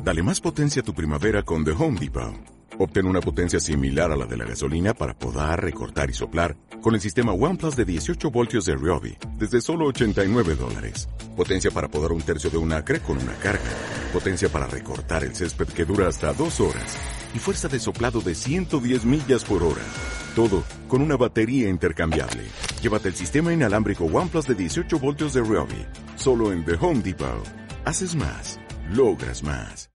Dale más potencia a tu primavera con The Home Depot. Obtén una potencia similar a la de la gasolina para podar, recortar y soplar con el sistema OnePlus de 18 voltios de Ryobi desde solo $89. Potencia para podar un tercio de un acre con una carga. Potencia para recortar el césped que dura hasta 2 horas. Y fuerza de soplado de 110 millas por hora. Todo con una batería intercambiable. Llévate el sistema inalámbrico OnePlus de 18 voltios de Ryobi. Solo en The Home Depot. Haces más. Logras más.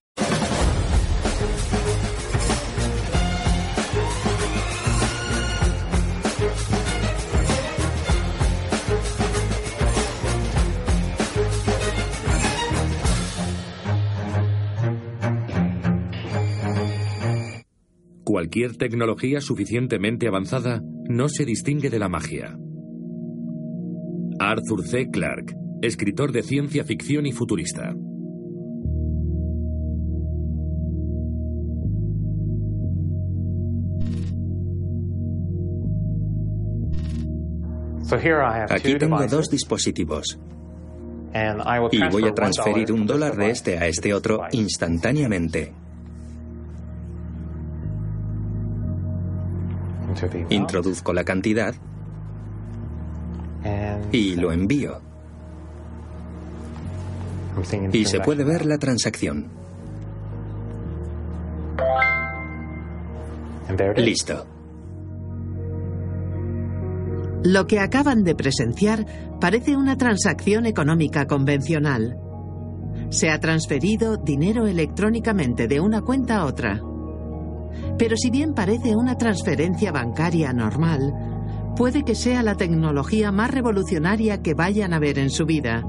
Cualquier tecnología suficientemente avanzada no se distingue de la magia. Arthur C. Clarke, escritor de ciencia ficción y futurista. Aquí tengo 2 dispositivos. Y voy a transferir $1 de este a este otro instantáneamente. Introduzco la cantidad y lo envío. Y se puede ver la transacción. Listo. Lo que acaban de presenciar parece una transacción económica convencional. Se ha transferido dinero electrónicamente de una cuenta a otra. Pero si bien parece una transferencia bancaria normal, puede que sea la tecnología más revolucionaria que vayan a ver en su vida.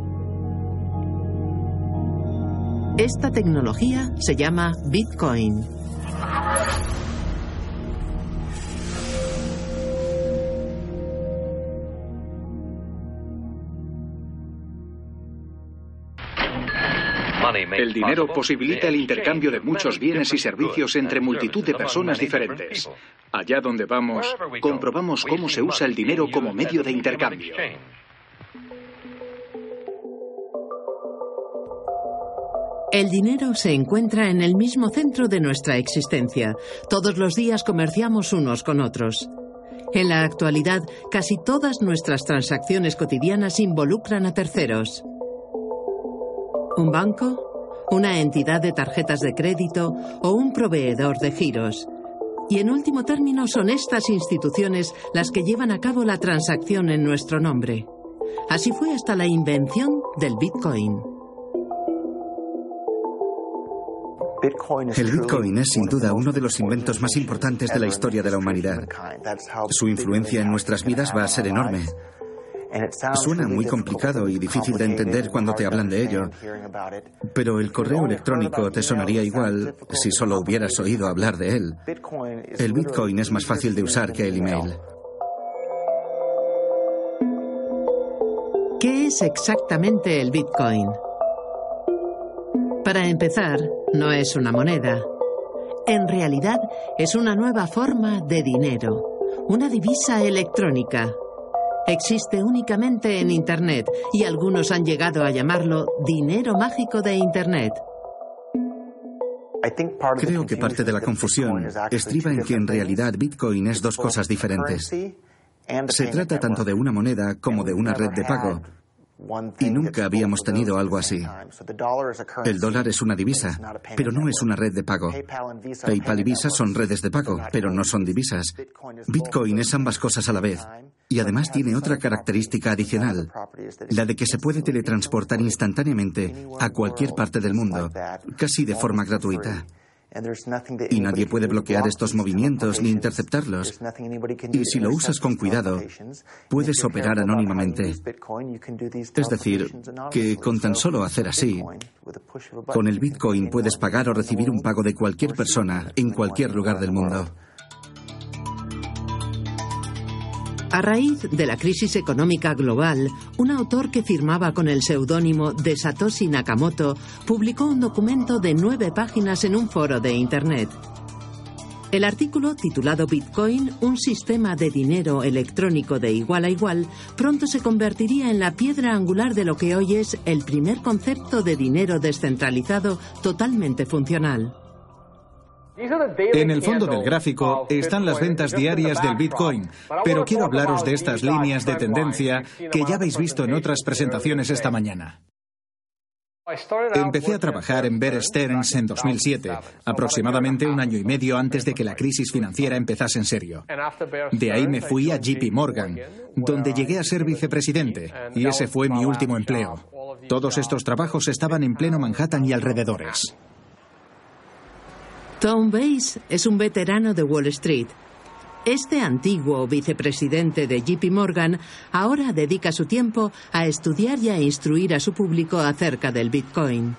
Esta tecnología se llama Bitcoin. El dinero posibilita el intercambio de muchos bienes y servicios entre multitud de personas diferentes. Allá donde vamos, comprobamos cómo se usa el dinero como medio de intercambio. El dinero se encuentra en el mismo centro de nuestra existencia. Todos los días comerciamos unos con otros. En la actualidad, casi todas nuestras transacciones cotidianas involucran a terceros. Un banco, una entidad de tarjetas de crédito o un proveedor de giros. Y en último término son estas instituciones las que llevan a cabo la transacción en nuestro nombre. Así fue hasta la invención del Bitcoin. El Bitcoin es sin duda uno de los inventos más importantes de la historia de la humanidad. Su influencia en nuestras vidas va a ser enorme. Suena muy complicado y difícil de entender cuando te hablan de ello, pero el correo electrónico te sonaría igual si solo hubieras oído hablar de él. El Bitcoin es más fácil de usar que el email. ¿Qué es exactamente el Bitcoin? Para empezar, no es una moneda. En realidad, es una nueva forma de dinero, una divisa electrónica. Existe únicamente en Internet y algunos han llegado a llamarlo dinero mágico de Internet. Creo que parte de la confusión estriba en que en realidad Bitcoin es 2 cosas diferentes. Se trata tanto de una moneda como de una red de pago. Y nunca habíamos tenido algo así. El dólar es una divisa, pero no es una red de pago. PayPal y Visa son redes de pago, pero no son divisas. Bitcoin es ambas cosas a la vez. Y además tiene otra característica adicional, la de que se puede teletransportar instantáneamente a cualquier parte del mundo, casi de forma gratuita. Y nadie puede bloquear estos movimientos ni interceptarlos. Y si lo usas con cuidado, puedes operar anónimamente. Es decir, que con tan solo hacer así, con el Bitcoin puedes pagar o recibir un pago de cualquier persona en cualquier lugar del mundo. A raíz de la crisis económica global, un autor que firmaba con el seudónimo de Satoshi Nakamoto publicó un documento de 9 páginas en un foro de Internet. El artículo, titulado Bitcoin, un sistema de dinero electrónico de igual a igual, pronto se convertiría en la piedra angular de lo que hoy es el primer concepto de dinero descentralizado totalmente funcional. En el fondo del gráfico están las ventas diarias del Bitcoin, pero quiero hablaros de estas líneas de tendencia que ya habéis visto en otras presentaciones esta mañana. Empecé a trabajar en Bear Stearns en 2007, aproximadamente un año y medio antes de que la crisis financiera empezase en serio. De ahí me fui a JP Morgan, donde llegué a ser vicepresidente, y ese fue mi último empleo. Todos estos trabajos estaban en pleno Manhattan y alrededores. Tom Bayes es un veterano de Wall Street. Este antiguo vicepresidente de JP Morgan ahora dedica su tiempo a estudiar y a instruir a su público acerca del Bitcoin.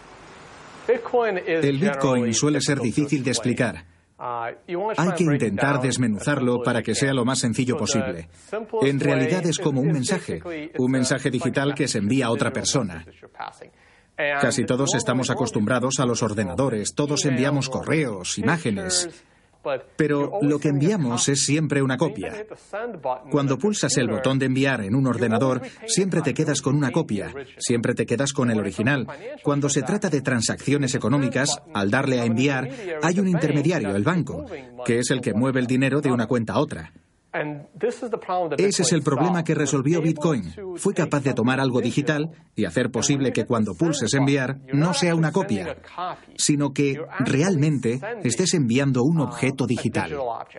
El Bitcoin suele ser difícil de explicar. Hay que intentar desmenuzarlo para que sea lo más sencillo posible. En realidad es como un mensaje digital que se envía a otra persona. Casi todos estamos acostumbrados a los ordenadores, todos enviamos correos, imágenes. Pero lo que enviamos es siempre una copia. Cuando pulsas el botón de enviar en un ordenador, siempre te quedas con una copia, siempre te quedas con el original. Cuando se trata de transacciones económicas, al darle a enviar, hay un intermediario, el banco, que es el que mueve el dinero de una cuenta a otra. Ese es el problema que resolvió Bitcoin. Fue capaz de tomar algo digital y hacer posible que cuando pulses enviar no sea una copia, sino que realmente estés enviando un objeto digital.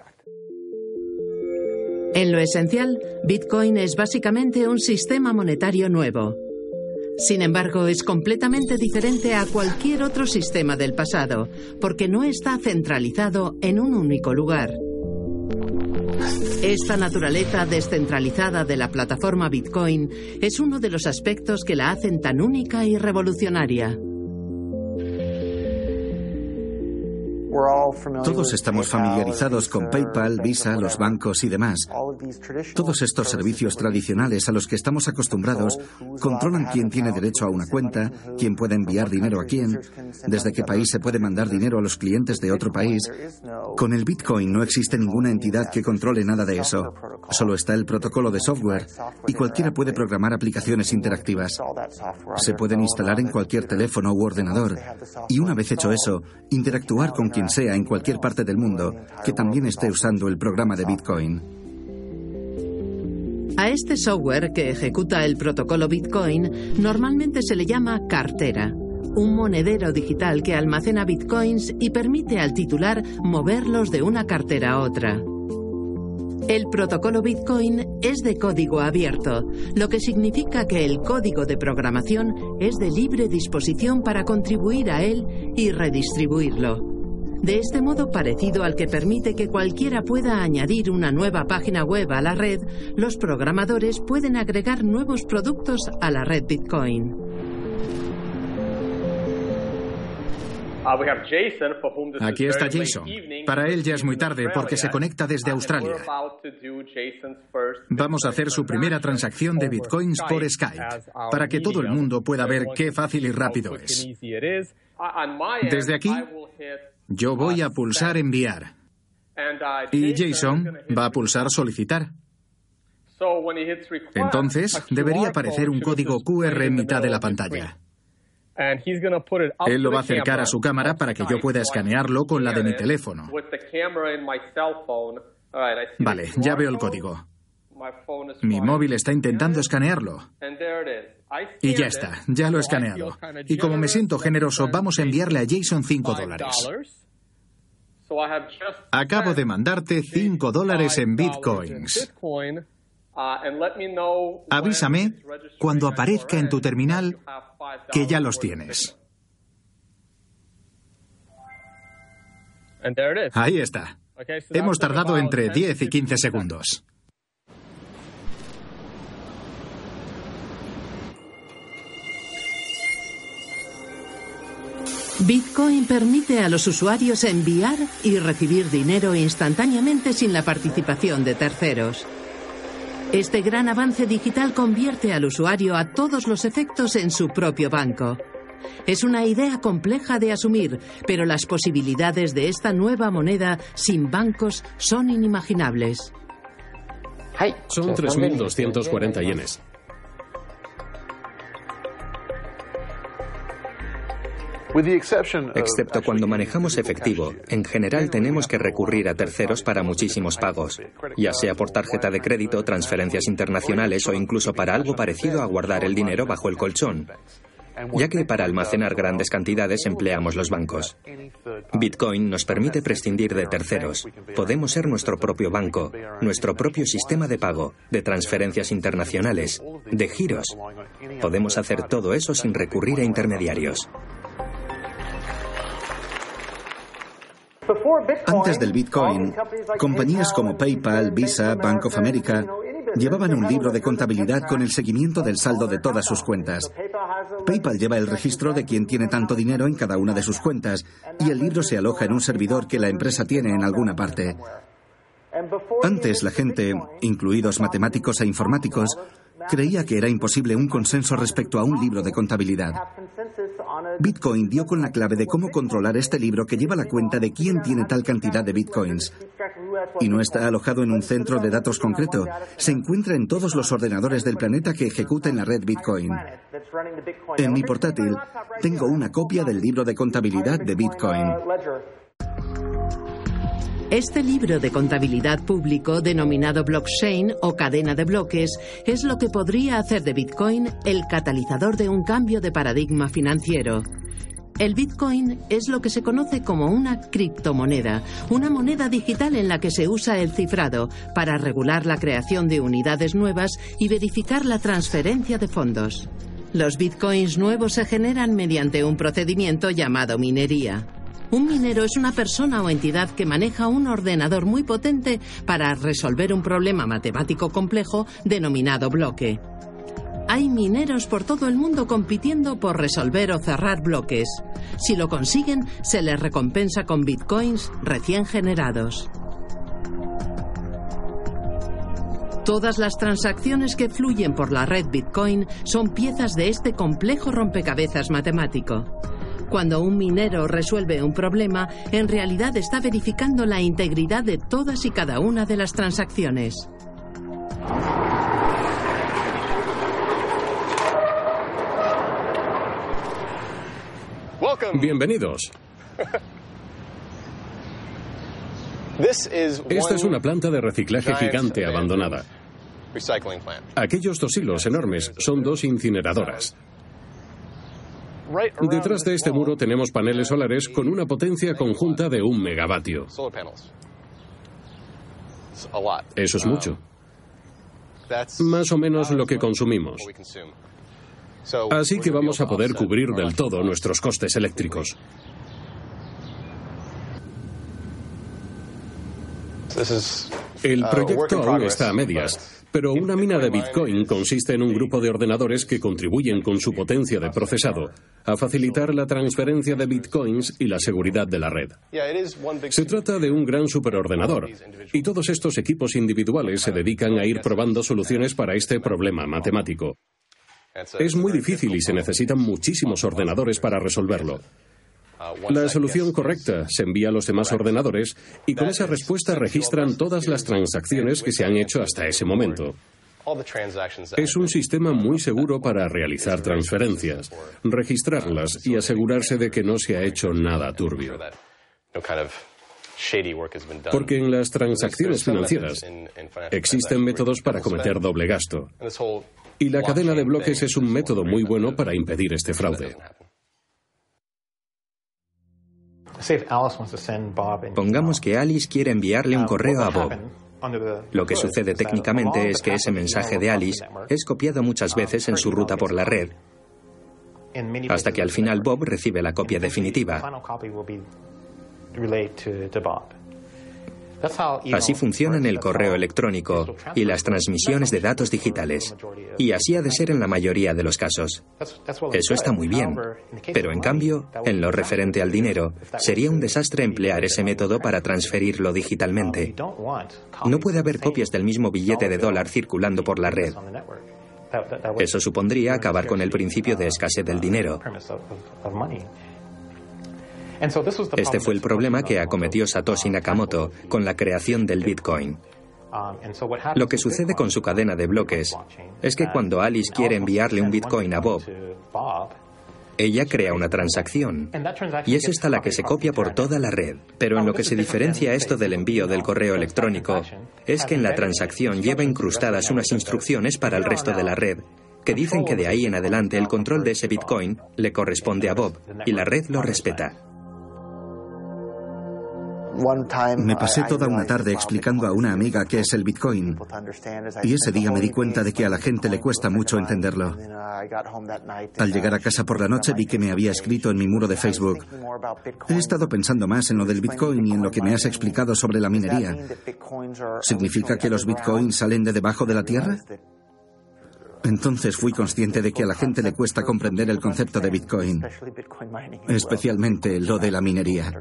En lo esencial, Bitcoin es básicamente un sistema monetario nuevo. Sin embargo, es completamente diferente a cualquier otro sistema del pasado, porque no está centralizado en un único lugar. Esta naturaleza descentralizada de la plataforma Bitcoin es uno de los aspectos que la hacen tan única y revolucionaria. Todos estamos familiarizados con PayPal, Visa, los bancos y demás. Todos estos servicios tradicionales a los que estamos acostumbrados controlan quién tiene derecho a una cuenta, quién puede enviar dinero a quién, desde qué país se puede mandar dinero a los clientes de otro país. Con el Bitcoin no existe ninguna entidad que controle nada de eso. Solo está el protocolo de software y cualquiera puede programar aplicaciones interactivas. Se pueden instalar en cualquier teléfono u ordenador y una vez hecho eso, interactuar con quien sea en cualquier parte del mundo que también esté usando el programa de Bitcoin. A este software que ejecuta el protocolo Bitcoin normalmente se le llama cartera, un monedero digital que almacena bitcoins y permite al titular moverlos de una cartera a otra. El protocolo Bitcoin es de código abierto, lo que significa que el código de programación es de libre disposición para contribuir a él y redistribuirlo. De este modo parecido al que permite que cualquiera pueda añadir una nueva página web a la red, los programadores pueden agregar nuevos productos a la red Bitcoin. Aquí está Jason. Para él ya es muy tarde porque se conecta desde Australia. Vamos a hacer su primera transacción de bitcoins por Skype, para que todo el mundo pueda ver qué fácil y rápido es. Desde aquí, yo voy a pulsar enviar. Y Jason va a pulsar solicitar. Entonces, debería aparecer un código QR en mitad de la pantalla. Él lo va a acercar a su cámara para que yo pueda escanearlo con la de mi teléfono. Vale, ya veo el código. Mi móvil está intentando escanearlo. Y ya está, ya lo he escaneado. Y como me siento generoso, vamos a enviarle a Jason $5. Acabo de mandarte $5 en bitcoins. Avísame cuando aparezca en tu terminal que ya los tienes. Ahí está. Hemos tardado entre 10 y 15 segundos. Bitcoin permite a los usuarios enviar y recibir dinero instantáneamente sin la participación de terceros. Este gran avance digital convierte al usuario a todos los efectos en su propio banco. Es una idea compleja de asumir, pero las posibilidades de esta nueva moneda sin bancos son inimaginables. Son 3.240 yenes. Excepto cuando manejamos efectivo, en general tenemos que recurrir a terceros para muchísimos pagos, ya sea por tarjeta de crédito, transferencias internacionales o incluso para algo parecido a guardar el dinero bajo el colchón, ya que para almacenar grandes cantidades empleamos los bancos. Bitcoin nos permite prescindir de terceros. Podemos ser nuestro propio banco, nuestro propio sistema de pago, de transferencias internacionales, de giros. Podemos hacer todo eso sin recurrir a intermediarios. Antes del Bitcoin, compañías como PayPal, Visa, Bank of America llevaban un libro de contabilidad con el seguimiento del saldo de todas sus cuentas. PayPal lleva el registro de quién tiene tanto dinero en cada una de sus cuentas y el libro se aloja en un servidor que la empresa tiene en alguna parte. Antes la gente, incluidos matemáticos e informáticos, creía que era imposible un consenso respecto a un libro de contabilidad. Bitcoin dio con la clave de cómo controlar este libro que lleva la cuenta de quién tiene tal cantidad de bitcoins. Y no está alojado en un centro de datos concreto. Se encuentra en todos los ordenadores del planeta que ejecutan la red Bitcoin. En mi portátil tengo una copia del libro de contabilidad de Bitcoin. Este libro de contabilidad público, denominado blockchain o cadena de bloques, es lo que podría hacer de Bitcoin el catalizador de un cambio de paradigma financiero. El Bitcoin es lo que se conoce como una criptomoneda, una moneda digital en la que se usa el cifrado para regular la creación de unidades nuevas y verificar la transferencia de fondos. Los Bitcoins nuevos se generan mediante un procedimiento llamado minería. Un minero es una persona o entidad que maneja un ordenador muy potente para resolver un problema matemático complejo denominado bloque. Hay mineros por todo el mundo compitiendo por resolver o cerrar bloques. Si lo consiguen, se les recompensa con bitcoins recién generados. Todas las transacciones que fluyen por la red Bitcoin son piezas de este complejo rompecabezas matemático. Cuando un minero resuelve un problema, en realidad está verificando la integridad de todas y cada una de las transacciones. Bienvenidos. Esta es una planta de reciclaje gigante abandonada. Aquellos 2 hilos enormes son 2 incineradoras. Detrás de este muro tenemos paneles solares con una potencia conjunta de 1 megavatio. Eso es mucho. Más o menos lo que consumimos. Así que vamos a poder cubrir del todo nuestros costes eléctricos. El proyecto aún está a medias, pero una mina de Bitcoin consiste en un grupo de ordenadores que contribuyen con su potencia de procesado a facilitar la transferencia de Bitcoins y la seguridad de la red. Se trata de un gran superordenador, y todos estos equipos individuales se dedican a ir probando soluciones para este problema matemático. Es muy difícil y se necesitan muchísimos ordenadores para resolverlo. La solución correcta se envía a los demás ordenadores y con esa respuesta registran todas las transacciones que se han hecho hasta ese momento. Es un sistema muy seguro para realizar transferencias, registrarlas y asegurarse de que no se ha hecho nada turbio. Porque en las transacciones financieras existen métodos para cometer doble gasto. Y la cadena de bloques es un método muy bueno para impedir este fraude. Pongamos que Alice quiere enviarle un correo a Bob. Lo que sucede técnicamente es que ese mensaje de Alice es copiado muchas veces en su ruta por la red, hasta que al final Bob recibe la copia definitiva. Así funcionan el correo electrónico y las transmisiones de datos digitales. Y así ha de ser en la mayoría de los casos. Eso está muy bien. Pero en cambio, en lo referente al dinero, sería un desastre emplear ese método para transferirlo digitalmente. No puede haber copias del mismo billete de dólar circulando por la red. Eso supondría acabar con el principio de escasez del dinero. Este fue el problema que acometió Satoshi Nakamoto con la creación del Bitcoin. Lo que sucede con su cadena de bloques es que cuando Alice quiere enviarle un Bitcoin a Bob, ella crea una transacción, y es esta la que se copia por toda la red. Pero en lo que se diferencia esto del envío del correo electrónico es que en la transacción lleva incrustadas unas instrucciones para el resto de la red, que dicen que de ahí en adelante el control de ese Bitcoin le corresponde a Bob, y la red lo respeta. Me pasé toda una tarde explicando a una amiga qué es el Bitcoin, y ese día me di cuenta de que a la gente le cuesta mucho entenderlo. Al llegar a casa por la noche vi que me había escrito en mi muro de Facebook: he estado pensando más en lo del Bitcoin y en lo que me has explicado sobre la minería. ¿Significa que los Bitcoins salen de debajo de la tierra? Entonces fui consciente de que a la gente le cuesta comprender el concepto de Bitcoin, especialmente lo de la minería.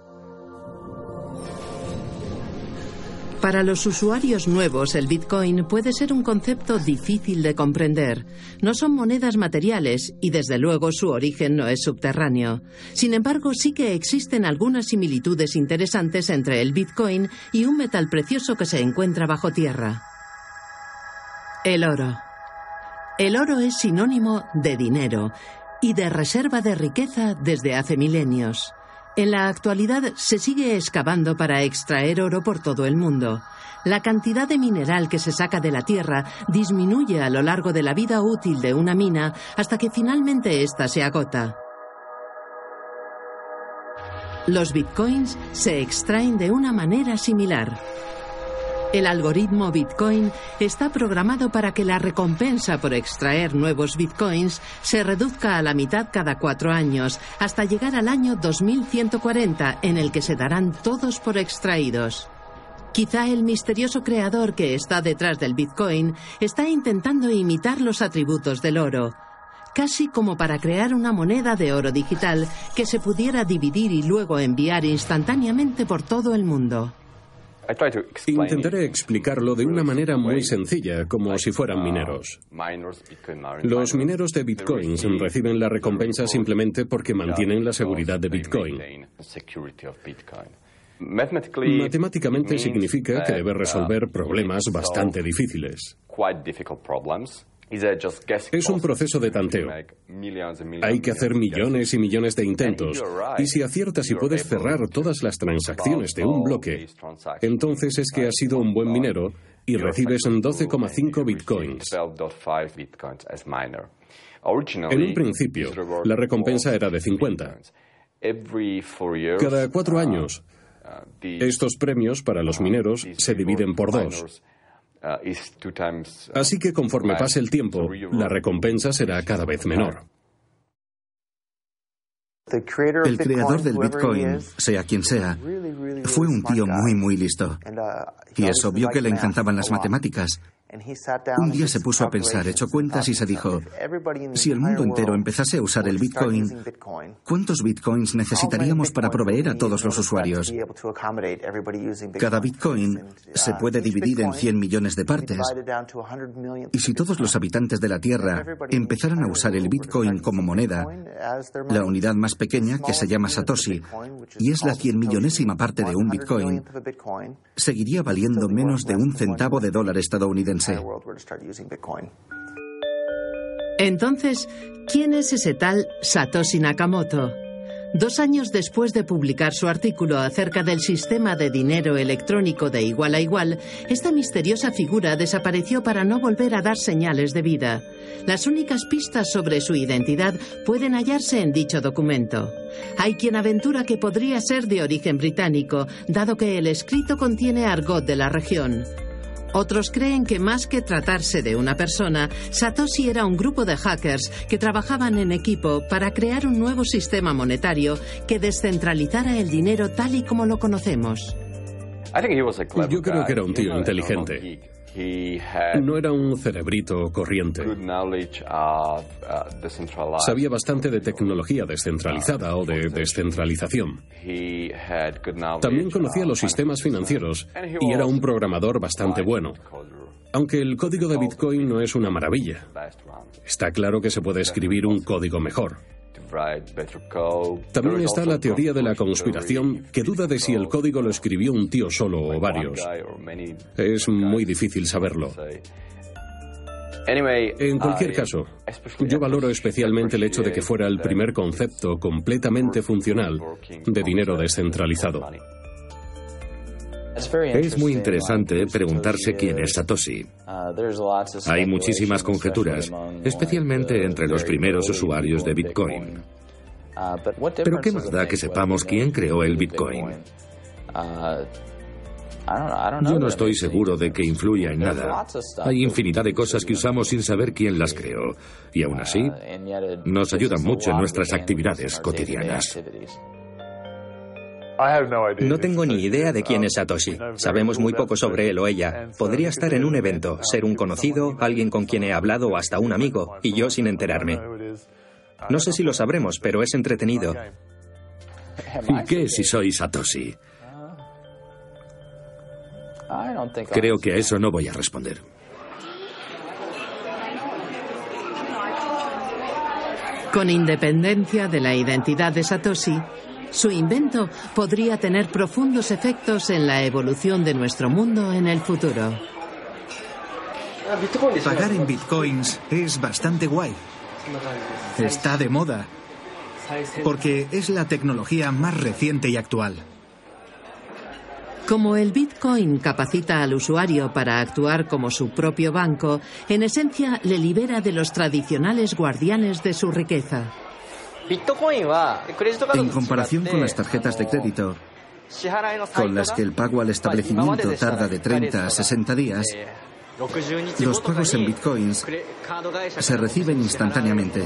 Para los usuarios nuevos, el Bitcoin puede ser un concepto difícil de comprender. No son monedas materiales y, desde luego, su origen no es subterráneo. Sin embargo, sí que existen algunas similitudes interesantes entre el Bitcoin y un metal precioso que se encuentra bajo tierra: el oro. El oro es sinónimo de dinero y de reserva de riqueza desde hace milenios. En la actualidad se sigue excavando para extraer oro por todo el mundo. La cantidad de mineral que se saca de la tierra disminuye a lo largo de la vida útil de una mina hasta que finalmente ésta se agota. Los bitcoins se extraen de una manera similar. El algoritmo Bitcoin está programado para que la recompensa por extraer nuevos bitcoins se reduzca a la mitad cada 4 años, hasta llegar al año 2140, en el que se darán todos por extraídos. Quizá el misterioso creador que está detrás del Bitcoin está intentando imitar los atributos del oro, casi como para crear una moneda de oro digital que se pudiera dividir y luego enviar instantáneamente por todo el mundo. Intentaré explicarlo de una manera muy sencilla, como si fueran mineros. Los mineros de bitcoins reciben la recompensa simplemente porque mantienen la seguridad de Bitcoin. Matemáticamente significa que debe resolver problemas bastante difíciles. Es un proceso de tanteo. Hay que hacer millones y millones de intentos, y si aciertas y puedes cerrar todas las transacciones de un bloque, entonces es que has sido un buen minero y recibes 12,5 bitcoins. En un principio, la recompensa era de 50. Cada 4 años, estos premios para los mineros se dividen por 2. Así que conforme pase el tiempo, la recompensa será cada vez menor. El creador del Bitcoin, sea quien sea, fue un tío muy listo. Y es obvio que le encantaban las matemáticas. Un día se puso a pensar, echó cuentas y se dijo: si el mundo entero empezase a usar el Bitcoin, ¿cuántos Bitcoins necesitaríamos para proveer a todos los usuarios? Cada Bitcoin se puede dividir en 100 millones de partes. Y si todos los habitantes de la Tierra empezaran a usar el Bitcoin como moneda, la unidad más pequeña, que se llama Satoshi, y es la 100.000.000ª parte de un Bitcoin, seguiría valiendo menos de $1 centavo estadounidense. Entonces, ¿quién es ese tal Satoshi Nakamoto? 2 años después de publicar su artículo acerca del sistema de dinero electrónico de igual a igual, esta misteriosa figura desapareció para no volver a dar señales de vida. Las únicas pistas sobre su identidad pueden hallarse en dicho documento. Hay quien aventura que podría ser de origen británico, dado que el escrito contiene argot de la región. Otros creen que más que tratarse de una persona, Satoshi era un grupo de hackers que trabajaban en equipo para crear un nuevo sistema monetario que descentralizara el dinero tal y como lo conocemos. Yo creo que era un tío inteligente. No era un cerebrito corriente. Sabía bastante de tecnología descentralizada o de descentralización. También conocía los sistemas financieros y era un programador bastante bueno. Aunque el código de Bitcoin no es una maravilla, está claro que se puede escribir un código mejor. También está la teoría de la conspiración, que duda de si el código lo escribió un tío solo o varios. Es muy difícil saberlo. En cualquier caso, yo valoro especialmente el hecho de que fuera el primer concepto completamente funcional de dinero descentralizado. Es muy interesante preguntarse quién es Satoshi. Hay muchísimas conjeturas, especialmente entre los primeros usuarios de Bitcoin. Pero ¿qué más da que sepamos quién creó el Bitcoin? Yo no estoy seguro de que influya en nada. Hay infinidad de cosas que usamos sin saber quién las creó, y aún así nos ayudan mucho en nuestras actividades cotidianas. No tengo ni idea de quién es Satoshi. Sabemos muy poco sobre él o ella. Podría estar en un evento, ser un conocido, alguien con quien he hablado o hasta un amigo, y yo sin enterarme. No sé si lo sabremos, pero es entretenido. ¿Y qué si soy Satoshi? Creo que a eso no voy a responder. Con independencia de la identidad de Satoshi, su invento podría tener profundos efectos en la evolución de nuestro mundo en el futuro. Pagar en bitcoins es bastante guay. Está de moda, porque es la tecnología más reciente y actual. Como el Bitcoin capacita al usuario para actuar como su propio banco, en esencia le libera de los tradicionales guardianes de su riqueza. En comparación con las tarjetas de crédito, con las que el pago al establecimiento tarda de 30 a 60 días, los pagos en bitcoins se reciben instantáneamente.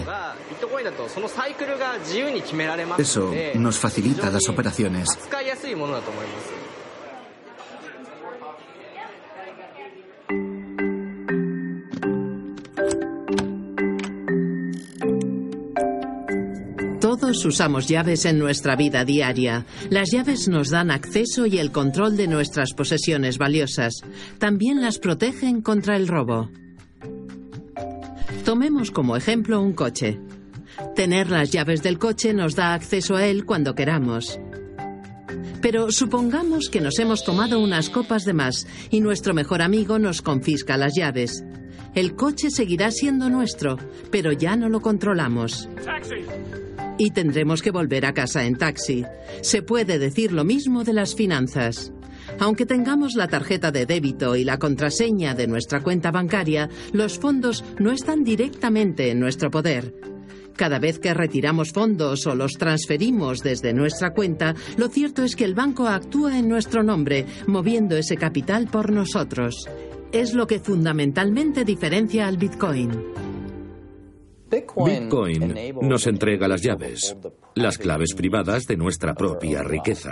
Eso nos facilita las operaciones. Todos usamos llaves en nuestra vida diaria. Las llaves nos dan acceso y el control de nuestras posesiones valiosas. También las protegen contra el robo. Tomemos como ejemplo un coche. Tener las llaves del coche nos da acceso a él cuando queramos. Pero supongamos que nos hemos tomado unas copas de más y nuestro mejor amigo nos confisca las llaves. El coche seguirá siendo nuestro, pero ya no lo controlamos. Y tendremos que volver a casa en taxi. Se puede decir lo mismo de las finanzas. Aunque tengamos la tarjeta de débito y la contraseña de nuestra cuenta bancaria, los fondos no están directamente en nuestro poder. Cada vez que retiramos fondos o los transferimos desde nuestra cuenta, lo cierto es que el banco actúa en nuestro nombre, moviendo ese capital por nosotros. Es lo que fundamentalmente diferencia al Bitcoin. Bitcoin nos entrega las llaves, las claves privadas de nuestra propia riqueza.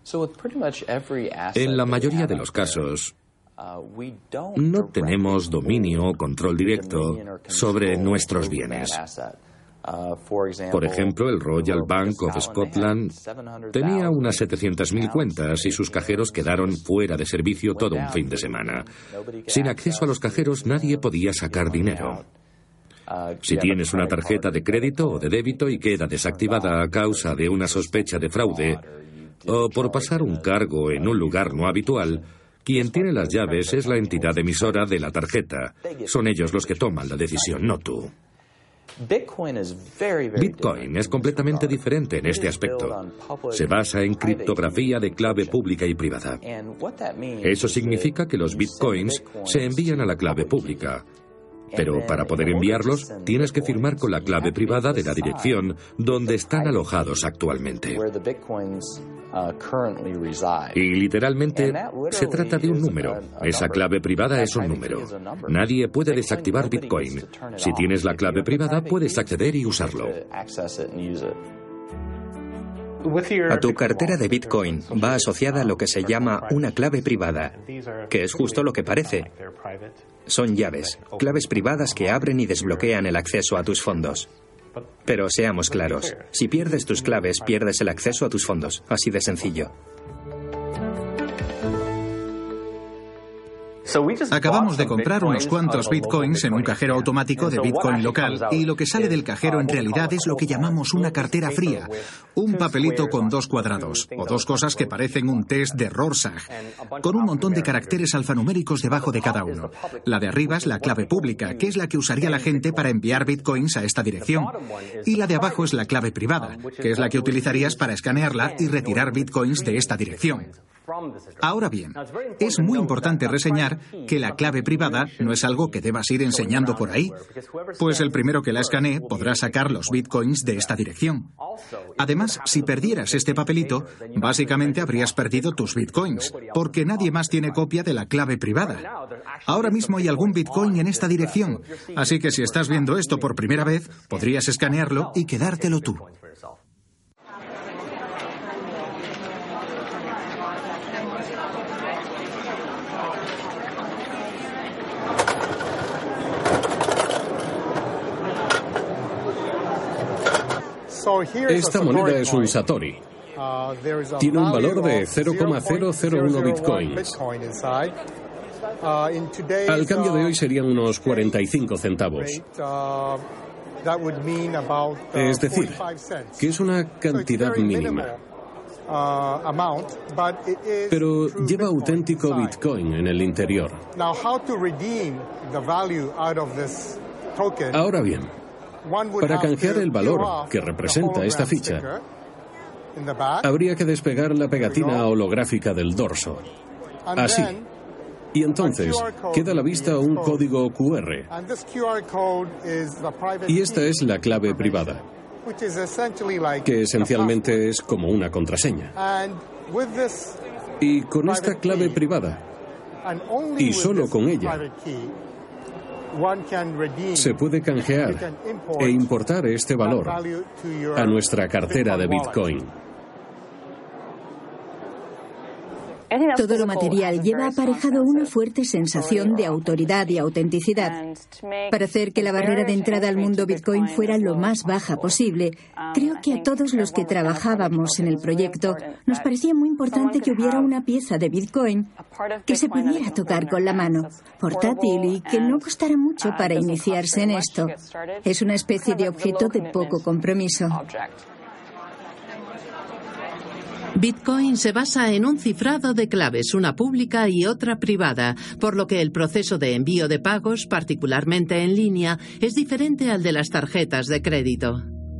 En la mayoría de los casos, no tenemos dominio o control directo sobre nuestros bienes. Por ejemplo, el Royal Bank of Scotland tenía unas 700.000 cuentas y sus cajeros quedaron fuera de servicio todo un fin de semana. Sin acceso a los cajeros, nadie podía sacar dinero. Si tienes una tarjeta de crédito o de débito y queda desactivada a causa de una sospecha de fraude o por pasar un cargo en un lugar no habitual, quien tiene las llaves es la entidad emisora de la tarjeta. Son ellos los que toman la decisión, no tú. Bitcoin es completamente diferente en este aspecto. Se basa en criptografía de clave pública y privada. Eso significa que los bitcoins se envían a la clave pública. Pero para poder enviarlos, tienes que firmar con la clave privada de la dirección donde están alojados actualmente. Y literalmente se trata de un número. Esa clave privada es un número. Nadie puede desactivar Bitcoin. Si tienes la clave privada, puedes acceder y usarlo. A tu cartera de Bitcoin va asociada lo que se llama una clave privada, que es justo lo que parece. Son llaves, claves privadas que abren y desbloquean el acceso a tus fondos. Pero seamos claros, si pierdes tus claves, pierdes el acceso a tus fondos. Así de sencillo. Acabamos de comprar unos cuantos bitcoins en un cajero automático de Bitcoin local y lo que sale del cajero en realidad es lo que llamamos una cartera fría, un papelito con dos cuadrados o dos cosas que parecen un test de Rorschach, con un montón de caracteres alfanuméricos debajo de cada uno. La de arriba es la clave pública, que es la que usaría la gente para enviar bitcoins a esta dirección, y la de abajo es la clave privada, que es la que utilizarías para escanearla y retirar bitcoins de esta dirección. Ahora bien, es muy importante reseñar que la clave privada no es algo que debas ir enseñando por ahí, pues el primero que la escanee podrá sacar los bitcoins de esta dirección. Además, si perdieras este papelito, básicamente habrías perdido tus bitcoins, porque nadie más tiene copia de la clave privada. Ahora mismo hay algún bitcoin en esta dirección, así que si estás viendo esto por primera vez, podrías escanearlo y quedártelo tú. Esta moneda es un Satori. Tiene un valor de 0,001 bitcoins. Al cambio de hoy serían unos 45 centavos. Es decir, que es una cantidad mínima. Pero lleva auténtico bitcoin en el interior. Ahora bien, para canjear el valor que representa esta ficha, habría que despegar la pegatina holográfica del dorso. Así. Y entonces queda a la vista un código QR. Y esta es la clave privada, que esencialmente es como una contraseña. Y con esta clave privada, y solo con ella, se puede canjear e importar este valor a nuestra cartera de Bitcoin. Todo lo material lleva aparejado una fuerte sensación de autoridad y autenticidad. Para hacer que la barrera de entrada al mundo Bitcoin fuera lo más baja posible, creo que a todos los que trabajábamos en el proyecto nos parecía muy importante que hubiera una pieza de Bitcoin que se pudiera tocar con la mano, portátil y que no costara mucho para iniciarse en esto. Es una especie de objeto de poco compromiso. Bitcoin se basa en un cifrado de claves, una pública y otra privada, por lo que el proceso de envío de pagos, particularmente en línea, es diferente al de las tarjetas de crédito.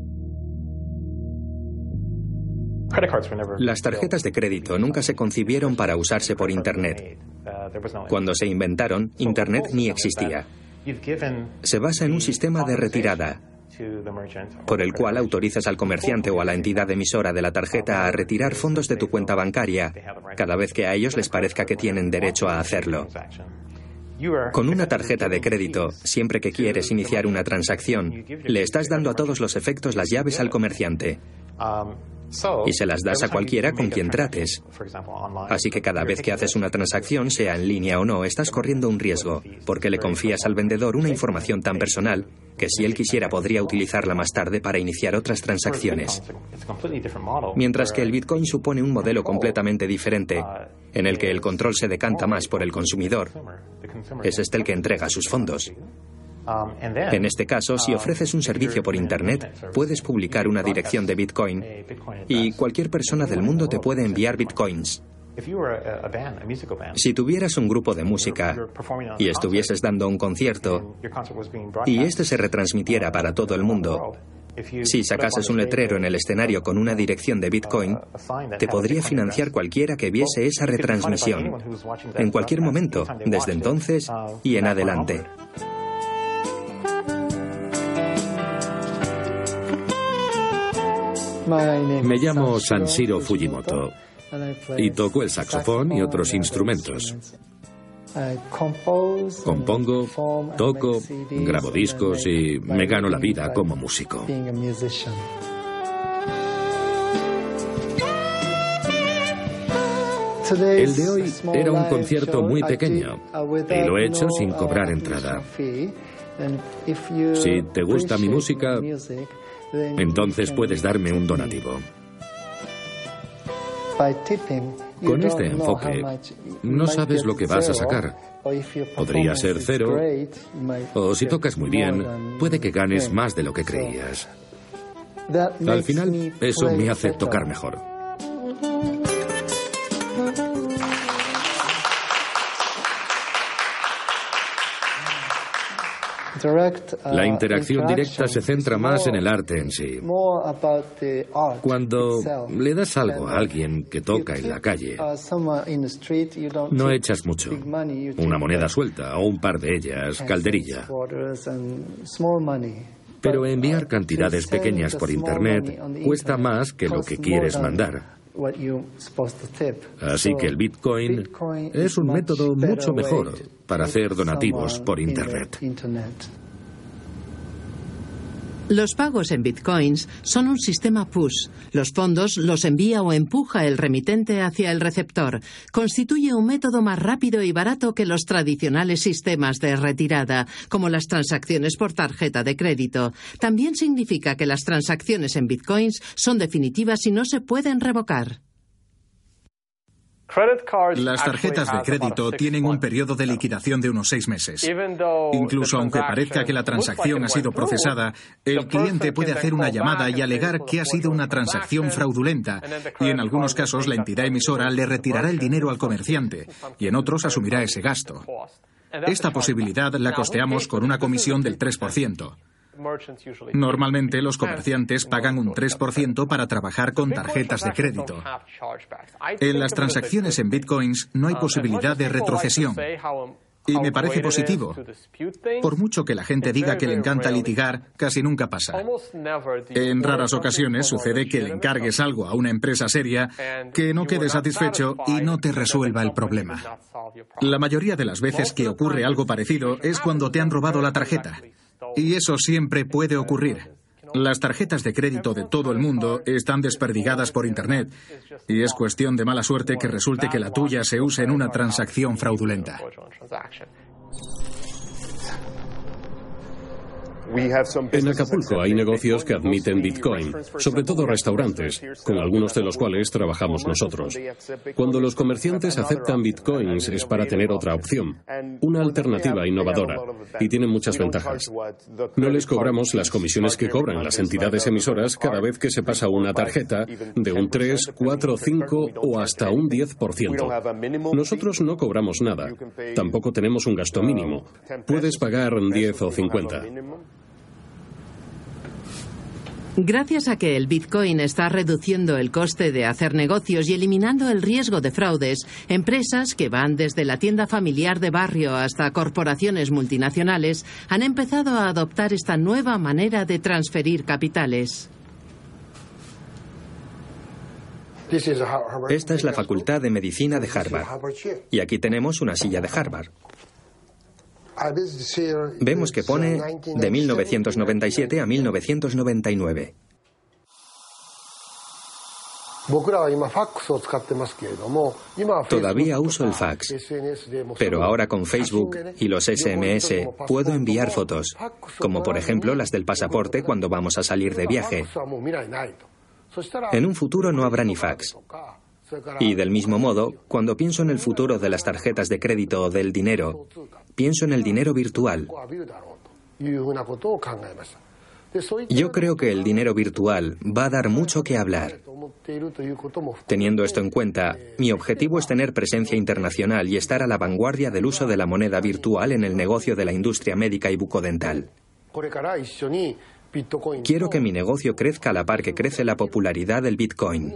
Las tarjetas de crédito nunca se concibieron para usarse por Internet. Cuando se inventaron, Internet ni existía. Se basa en un sistema de retirada, por el cual autorizas al comerciante o a la entidad emisora de la tarjeta a retirar fondos de tu cuenta bancaria cada vez que a ellos les parezca que tienen derecho a hacerlo. Con una tarjeta de crédito, siempre que quieres iniciar una transacción, le estás dando a todos los efectos las llaves al comerciante y se las das a cualquiera con quien trates. Así que cada vez que haces una transacción, sea en línea o no, estás corriendo un riesgo, porque le confías al vendedor una información tan personal que si él quisiera podría utilizarla más tarde para iniciar otras transacciones. Mientras que el Bitcoin supone un modelo completamente diferente, en el que el control se decanta más por el consumidor. Es este el que entrega sus fondos. En este caso, si ofreces un servicio por Internet, puedes publicar una dirección de Bitcoin y cualquier persona del mundo te puede enviar Bitcoins. Si tuvieras un grupo de música y estuvieses dando un concierto y este se retransmitiera para todo el mundo, si sacases un letrero en el escenario con una dirección de Bitcoin, te podría financiar cualquiera que viese esa retransmisión, en cualquier momento, desde entonces y en adelante. Me llamo Sanshiro Fujimoto y toco el saxofón y otros instrumentos. Compongo, toco, grabo discos y me gano la vida como músico. El de hoy era un concierto muy pequeño y lo he hecho sin cobrar entrada. Si te gusta mi música, entonces puedes darme un donativo. Con este enfoque, no sabes lo que vas a sacar. Podría ser 0, o si tocas muy bien, puede que ganes más de lo que creías. Al final, eso me hace tocar mejor. La interacción directa se centra más en el arte en sí. Cuando le das algo a alguien que toca en la calle, no echas mucho. Una moneda suelta o un par de ellas, calderilla. Pero enviar cantidades pequeñas por Internet cuesta más que lo que quieres mandar. Así que el Bitcoin es un método mucho mejor para hacer donativos por Internet. Los pagos en bitcoins son un sistema push. Los fondos los envía o empuja el remitente hacia el receptor. Constituye un método más rápido y barato que los tradicionales sistemas de retirada, como las transacciones por tarjeta de crédito. También significa que las transacciones en bitcoins son definitivas y no se pueden revocar. Las tarjetas de crédito tienen un periodo de liquidación de unos 6 meses. Incluso aunque parezca que la transacción ha sido procesada, el cliente puede hacer una llamada y alegar que ha sido una transacción fraudulenta, y en algunos casos la entidad emisora le retirará el dinero al comerciante, y en otros asumirá ese gasto. Esta posibilidad la costeamos con una comisión del 3%. Normalmente los comerciantes pagan un 3% para trabajar con tarjetas de crédito. En las transacciones en bitcoins no hay posibilidad de retrocesión. Y me parece positivo. Por mucho que la gente diga que le encanta litigar, casi nunca pasa. En raras ocasiones sucede que le encargues algo a una empresa seria, que no quede satisfecho y no te resuelva el problema. La mayoría de las veces que ocurre algo parecido es cuando te han robado la tarjeta. Y eso siempre puede ocurrir. Las tarjetas de crédito de todo el mundo están desperdigadas por Internet y es cuestión de mala suerte que resulte que la tuya se use en una transacción fraudulenta. En Acapulco hay negocios que admiten Bitcoin, sobre todo restaurantes, con algunos de los cuales trabajamos nosotros. Cuando los comerciantes aceptan Bitcoins es para tener otra opción, una alternativa innovadora, y tienen muchas ventajas. No les cobramos las comisiones que cobran las entidades emisoras cada vez que se pasa una tarjeta de un 3, 4, 5 o hasta un 10%. Nosotros no cobramos nada. Tampoco tenemos un gasto mínimo. Puedes pagar 10 o 50. Gracias a que el Bitcoin está reduciendo el coste de hacer negocios y eliminando el riesgo de fraudes, empresas que van desde la tienda familiar de barrio hasta corporaciones multinacionales han empezado a adoptar esta nueva manera de transferir capitales. Esta es la Facultad de Medicina de Harvard. Y aquí tenemos una silla de Harvard. Vemos que pone de 1997 a 1999. Todavía uso el fax, pero ahora con Facebook y los SMS puedo enviar fotos, como por ejemplo las del pasaporte cuando vamos a salir de viaje. En un futuro no habrá ni fax. Y del mismo modo, cuando pienso en el futuro de las tarjetas de crédito o del dinero, pienso en el dinero virtual. Yo creo que el dinero virtual va a dar mucho que hablar. Teniendo esto en cuenta, mi objetivo es tener presencia internacional y estar a la vanguardia del uso de la moneda virtual en el negocio de la industria médica y bucodental. Quiero que mi negocio crezca a la par que crece la popularidad del Bitcoin.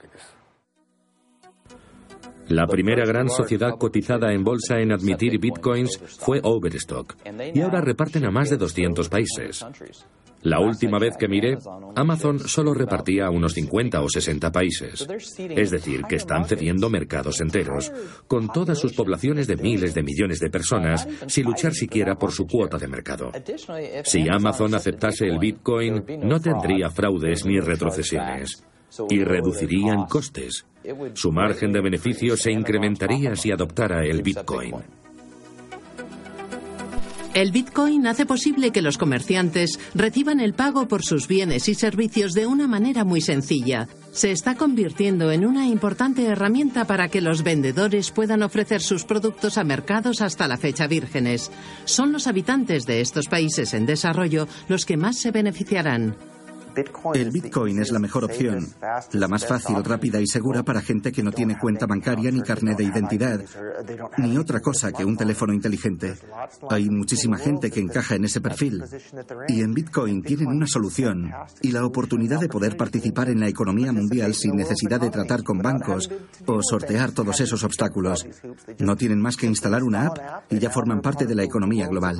La primera gran sociedad cotizada en bolsa en admitir bitcoins fue Overstock, y ahora reparten a más de 200 países. La última vez que miré, Amazon solo repartía a unos 50 o 60 países. Es decir, que están cediendo mercados enteros, con todas sus poblaciones de miles de millones de personas, sin luchar siquiera por su cuota de mercado. Si Amazon aceptase el bitcoin, no tendría fraudes ni retrocesiones. Y reducirían costes. Su margen de beneficio se incrementaría si adoptara el Bitcoin. El Bitcoin hace posible que los comerciantes reciban el pago por sus bienes y servicios de una manera muy sencilla. Se está convirtiendo en una importante herramienta para que los vendedores puedan ofrecer sus productos a mercados hasta la fecha vírgenes. Son los habitantes de estos países en desarrollo los que más se beneficiarán. El Bitcoin es la mejor opción, la más fácil, rápida y segura para gente que no tiene cuenta bancaria ni carnet de identidad, ni otra cosa que un teléfono inteligente. Hay muchísima gente que encaja en ese perfil. Y en Bitcoin tienen una solución y la oportunidad de poder participar en la economía mundial sin necesidad de tratar con bancos o sortear todos esos obstáculos. No tienen más que instalar una app y ya forman parte de la economía global.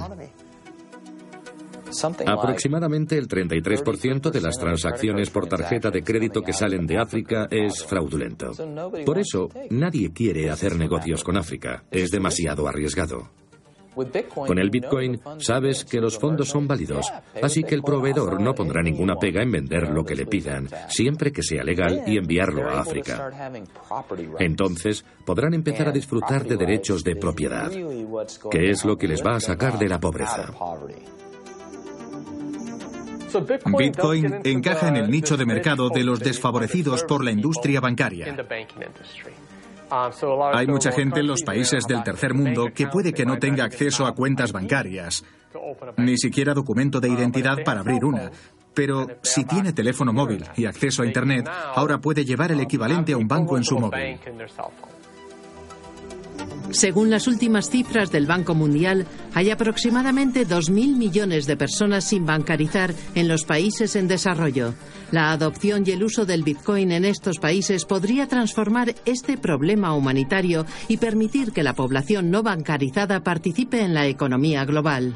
Aproximadamente el 33% de las transacciones por tarjeta de crédito que salen de África es fraudulento. Por eso, nadie quiere hacer negocios con África. Es demasiado arriesgado. Con el Bitcoin, sabes que los fondos son válidos, así que el proveedor no pondrá ninguna pega en vender lo que le pidan, siempre que sea legal, y enviarlo a África. Entonces, podrán empezar a disfrutar de derechos de propiedad, que es lo que les va a sacar de la pobreza. Bitcoin encaja en el nicho de mercado de los desfavorecidos por la industria bancaria. Hay mucha gente en los países del tercer mundo que puede que no tenga acceso a cuentas bancarias, ni siquiera documento de identidad para abrir una. Pero si tiene teléfono móvil y acceso a Internet, ahora puede llevar el equivalente a un banco en su móvil. Según las últimas cifras del Banco Mundial, hay aproximadamente 2.000 millones de personas sin bancarizar en los países en desarrollo. La adopción y el uso del Bitcoin en estos países podría transformar este problema humanitario y permitir que la población no bancarizada participe en la economía global.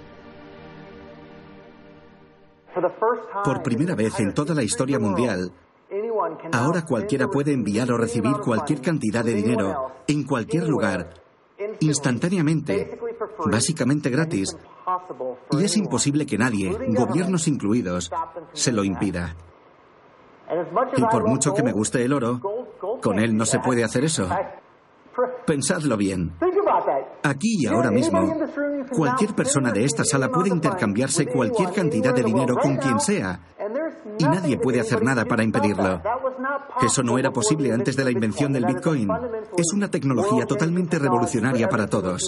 Por primera vez en toda la historia mundial, ahora cualquiera puede enviar o recibir cualquier cantidad de dinero en cualquier lugar, instantáneamente, básicamente gratis, y es imposible que nadie, gobiernos incluidos, se lo impida. Y por mucho que me guste el oro, con él no se puede hacer eso. Pensadlo bien. Aquí y ahora mismo, cualquier persona de esta sala puede intercambiarse cualquier cantidad de dinero con quien sea, y nadie puede hacer nada para impedirlo. Eso no era posible antes de la invención del Bitcoin. Es una tecnología totalmente revolucionaria para todos.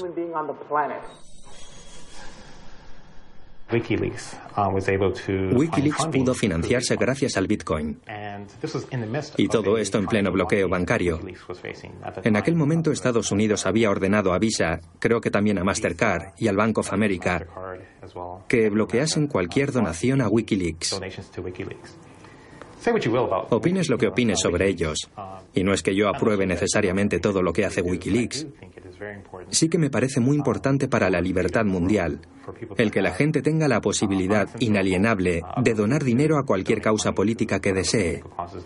Wikileaks pudo financiarse gracias al Bitcoin. Y todo esto en pleno bloqueo bancario. En aquel momento Estados Unidos había ordenado a Visa, creo que también a Mastercard y al Bank of America, que bloqueasen cualquier donación a Wikileaks. Opines lo que opines sobre ellos, y no es que yo apruebe necesariamente todo lo que hace Wikileaks. Sí que me parece muy importante para la libertad mundial el que la gente tenga la posibilidad inalienable de donar dinero a cualquier causa política que desee.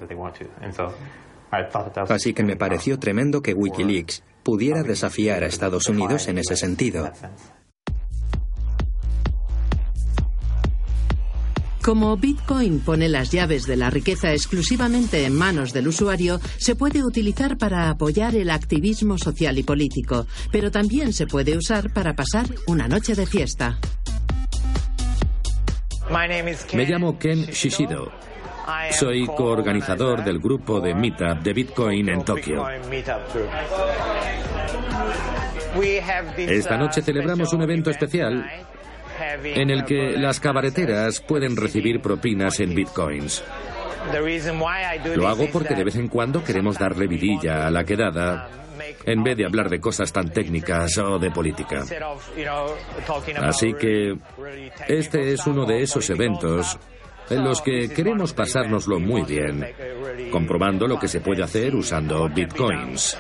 Así que me pareció tremendo que Wikileaks pudiera desafiar a Estados Unidos en ese sentido. Como Bitcoin pone las llaves de la riqueza exclusivamente en manos del usuario, se puede utilizar para apoyar el activismo social y político, pero también se puede usar para pasar una noche de fiesta. Me llamo Ken Shishido. Soy coorganizador del grupo de Meetup de Bitcoin en Tokio. Esta noche celebramos un evento especial en el que las cabareteras pueden recibir propinas en bitcoins. Lo hago porque de vez en cuando queremos darle vidilla a la quedada, en vez de hablar de cosas tan técnicas o de política. Así que este es uno de esos eventos en los que queremos pasárnoslo muy bien, comprobando lo que se puede hacer usando bitcoins.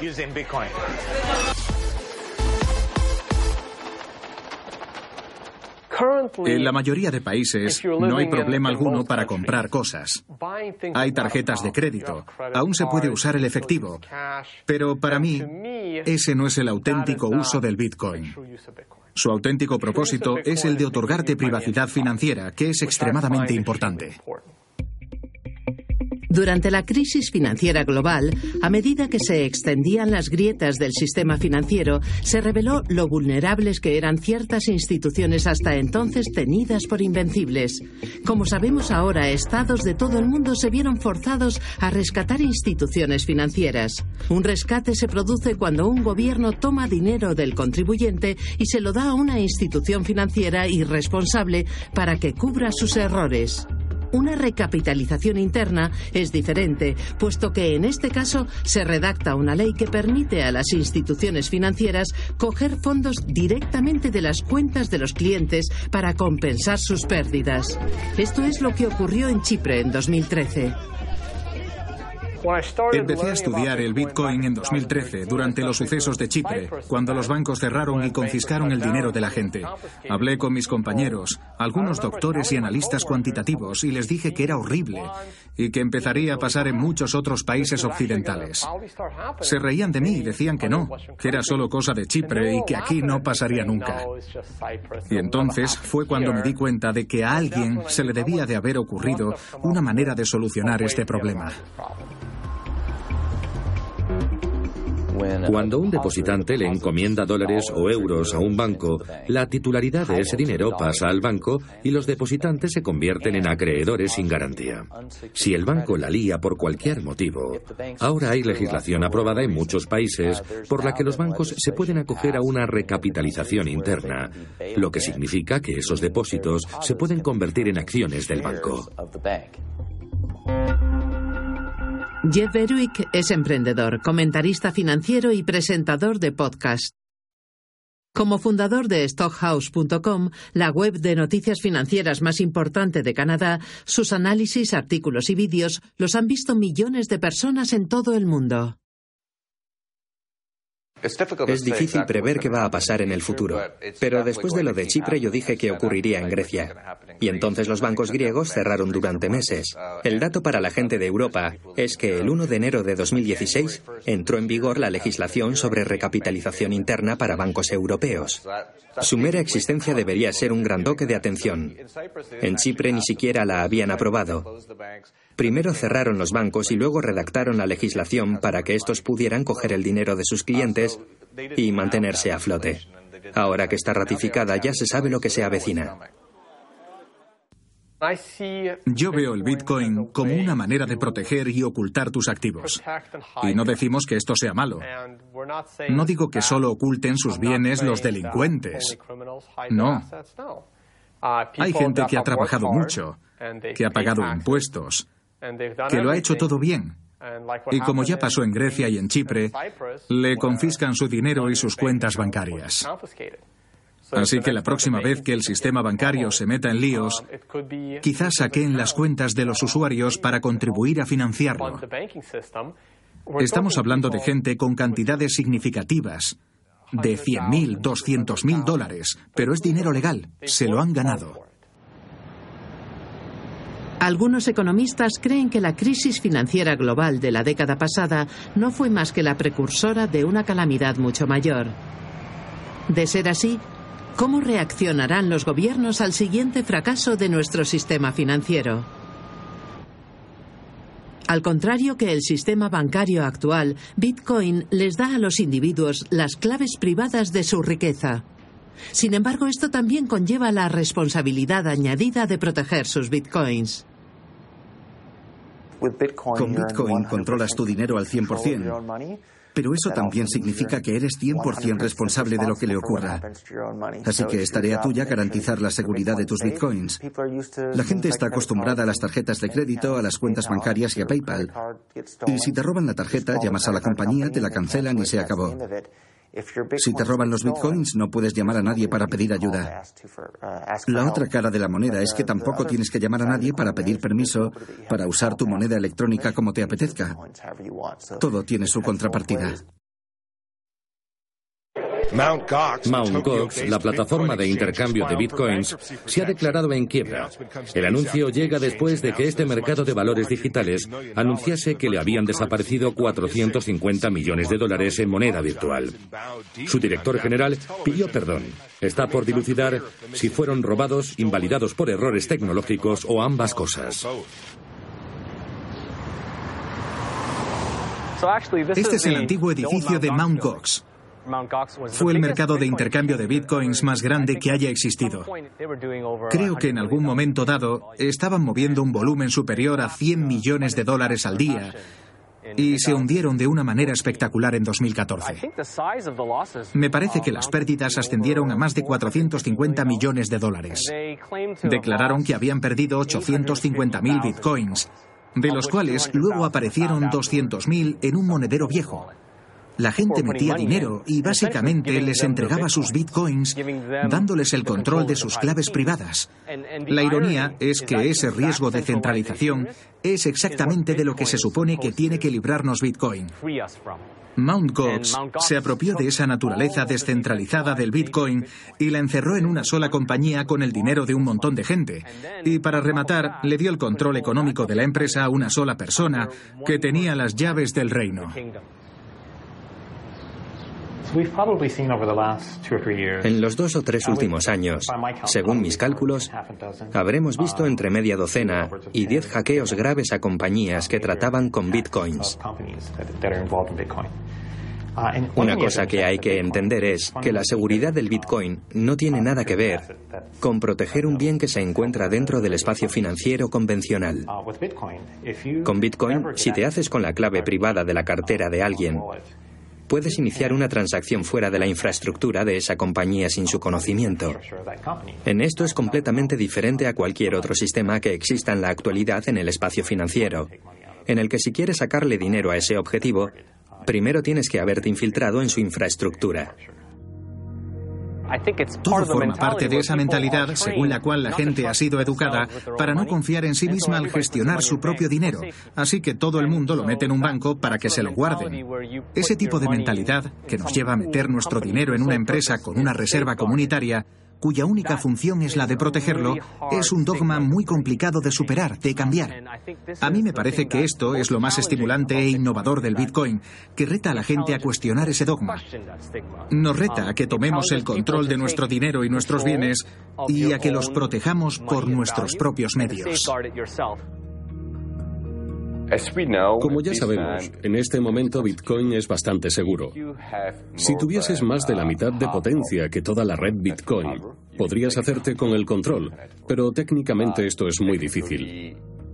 En la mayoría de países no hay problema alguno para comprar cosas. Hay tarjetas de crédito. Aún se puede usar el efectivo. Pero para mí, ese no es el auténtico uso del Bitcoin. Su auténtico propósito es el de otorgarte privacidad financiera, que es extremadamente importante. Durante la crisis financiera global, a medida que se extendían las grietas del sistema financiero, se reveló lo vulnerables que eran ciertas instituciones hasta entonces tenidas por invencibles. Como sabemos ahora, estados de todo el mundo se vieron forzados a rescatar instituciones financieras. Un rescate se produce cuando un gobierno toma dinero del contribuyente y se lo da a una institución financiera irresponsable para que cubra sus errores. Una recapitalización interna es diferente, puesto que en este caso se redacta una ley que permite a las instituciones financieras coger fondos directamente de las cuentas de los clientes para compensar sus pérdidas. Esto es lo que ocurrió en Chipre en 2013. Empecé a estudiar el Bitcoin en 2013, durante los sucesos de Chipre, cuando los bancos cerraron y confiscaron el dinero de la gente. Hablé con mis compañeros, algunos doctores y analistas cuantitativos, y les dije que era horrible y que empezaría a pasar en muchos otros países occidentales. Se reían de mí y decían que no, que era solo cosa de Chipre y que aquí no pasaría nunca. Y entonces fue cuando me di cuenta de que a alguien se le debía de haber ocurrido una manera de solucionar este problema. Cuando un depositante le encomienda dólares o euros a un banco, la titularidad de ese dinero pasa al banco y los depositantes se convierten en acreedores sin garantía. Si el banco la lía por cualquier motivo, ahora hay legislación aprobada en muchos países por la que los bancos se pueden acoger a una recapitalización interna, lo que significa que esos depósitos se pueden convertir en acciones del banco. Jeff Berwick es emprendedor, comentarista financiero y presentador de podcast. Como fundador de Stockhouse.com, la web de noticias financieras más importante de Canadá, sus análisis, artículos y vídeos los han visto millones de personas en todo el mundo. Es difícil prever qué va a pasar en el futuro, pero después de lo de Chipre yo dije que ocurriría en Grecia. Y entonces los bancos griegos cerraron durante meses. El dato para la gente de Europa es que el 1 de enero de 2016 entró en vigor la legislación sobre recapitalización interna para bancos europeos. Su mera existencia debería ser un gran toque de atención. En Chipre ni siquiera la habían aprobado. Primero cerraron los bancos y luego redactaron la legislación para que estos pudieran coger el dinero de sus clientes y mantenerse a flote. Ahora que está ratificada, ya se sabe lo que se avecina. Yo veo el Bitcoin como una manera de proteger y ocultar tus activos. Y no decimos que esto sea malo. No digo que solo oculten sus bienes los delincuentes. No. Hay gente que ha trabajado mucho, que ha pagado impuestos, que lo ha hecho todo bien. Y como ya pasó en Grecia y en Chipre, le confiscan su dinero y sus cuentas bancarias. Así que la próxima vez que el sistema bancario se meta en líos, quizás saqueen las cuentas de los usuarios para contribuir a financiarlo. Estamos hablando de gente con cantidades significativas, de $100,000, $200,000, pero es dinero legal, se lo han ganado. Algunos economistas creen que la crisis financiera global de la década pasada no fue más que la precursora de una calamidad mucho mayor. De ser así, ¿cómo reaccionarán los gobiernos al siguiente fracaso de nuestro sistema financiero? Al contrario que el sistema bancario actual, Bitcoin les da a los individuos las claves privadas de su riqueza. Sin embargo, esto también conlleva la responsabilidad añadida de proteger sus Bitcoins. Con Bitcoin controlas tu dinero al 100%. Pero eso también significa que eres 100% responsable de lo que le ocurra. Así que es tarea tuya garantizar la seguridad de tus bitcoins. La gente está acostumbrada a las tarjetas de crédito, a las cuentas bancarias y a PayPal. Y si te roban la tarjeta, llamas a la compañía, te la cancelan y se acabó. Si te roban los bitcoins, no puedes llamar a nadie para pedir ayuda. La otra cara de la moneda es que tampoco tienes que llamar a nadie para pedir permiso para usar tu moneda electrónica como te apetezca. Todo tiene su contrapartida. Mt. Gox, la plataforma de intercambio de bitcoins, se ha declarado en quiebra. El anuncio llega después de que este mercado de valores digitales anunciase que le habían desaparecido $450 millones en moneda virtual. Su director general pidió perdón. Está por dilucidar si fueron robados, invalidados por errores tecnológicos o ambas cosas. Este es el antiguo edificio de Mt. Gox. Fue el mercado de intercambio de bitcoins más grande que haya existido. Creo que en algún momento dado estaban moviendo un volumen superior a $100 millones al día y se hundieron de una manera espectacular en 2014. Me parece que las pérdidas ascendieron a más de $450 millones. Declararon que habían perdido 850.000 bitcoins, de los cuales luego aparecieron 200.000 en un monedero viejo. La gente metía dinero y básicamente les entregaba sus bitcoins, dándoles el control de sus claves privadas. La ironía es que ese riesgo de centralización es exactamente de lo que se supone que tiene que librarnos Bitcoin. Mt. Gox se apropió de esa naturaleza descentralizada del Bitcoin y la encerró en una sola compañía con el dinero de un montón de gente. Y para rematar, le dio el control económico de la empresa a una sola persona que tenía las llaves del reino. En los 2 o 3 últimos años, según mis cálculos, habremos visto entre media docena y 10 hackeos graves a compañías que trataban con bitcoins. Una cosa que hay que entender es que la seguridad del bitcoin no tiene nada que ver con proteger un bien que se encuentra dentro del espacio financiero convencional. Con bitcoin, si te haces con la clave privada de la cartera de alguien, puedes iniciar una transacción fuera de la infraestructura de esa compañía sin su conocimiento. En esto es completamente diferente a cualquier otro sistema que exista en la actualidad en el espacio financiero, en el que si quieres sacarle dinero a ese objetivo, primero tienes que haberte infiltrado en su infraestructura. Todo forma parte de esa mentalidad según la cual la gente ha sido educada para no confiar en sí misma al gestionar su propio dinero, así que todo el mundo lo mete en un banco para que se lo guarden. Ese tipo de mentalidad, que nos lleva a meter nuestro dinero en una empresa con una reserva comunitaria, cuya única función es la de protegerlo, es un dogma muy complicado de superar, de cambiar. A mí me parece que esto es lo más estimulante e innovador del Bitcoin, que reta a la gente a cuestionar ese dogma. Nos reta a que tomemos el control de nuestro dinero y nuestros bienes y a que los protejamos por nuestros propios medios. Como ya sabemos, en este momento Bitcoin es bastante seguro. Si tuvieses más de la mitad de potencia que toda la red Bitcoin, podrías hacerte con el control, pero técnicamente esto es muy difícil.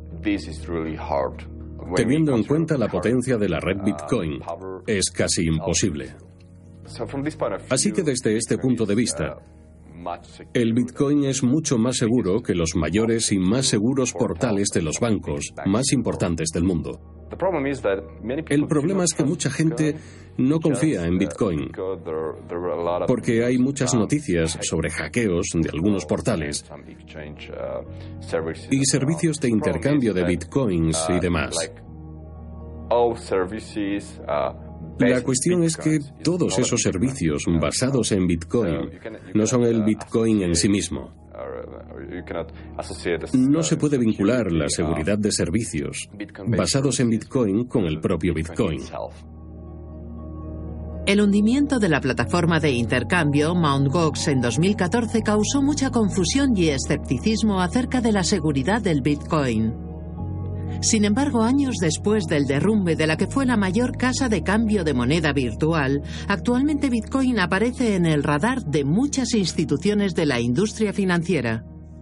Teniendo en cuenta la potencia de la red Bitcoin, es casi imposible. Así que desde este punto de vista, el Bitcoin es mucho más seguro que los mayores y más seguros portales de los bancos más importantes del mundo. El problema es que mucha gente no confía en Bitcoin, porque hay muchas noticias sobre hackeos de algunos portales y servicios de intercambio de Bitcoins y demás. La cuestión es que todos esos servicios basados en Bitcoin no son el Bitcoin en sí mismo. No se puede vincular la seguridad de servicios basados en Bitcoin con el propio Bitcoin. El hundimiento de la plataforma de intercambio Mt. Gox en 2014 causó mucha confusión y escepticismo acerca de la seguridad del Bitcoin. Sin embargo, años después del derrumbe de la que fue la mayor casa de cambio de moneda virtual, actualmente Bitcoin aparece en el radar de muchas instituciones de la industria financiera.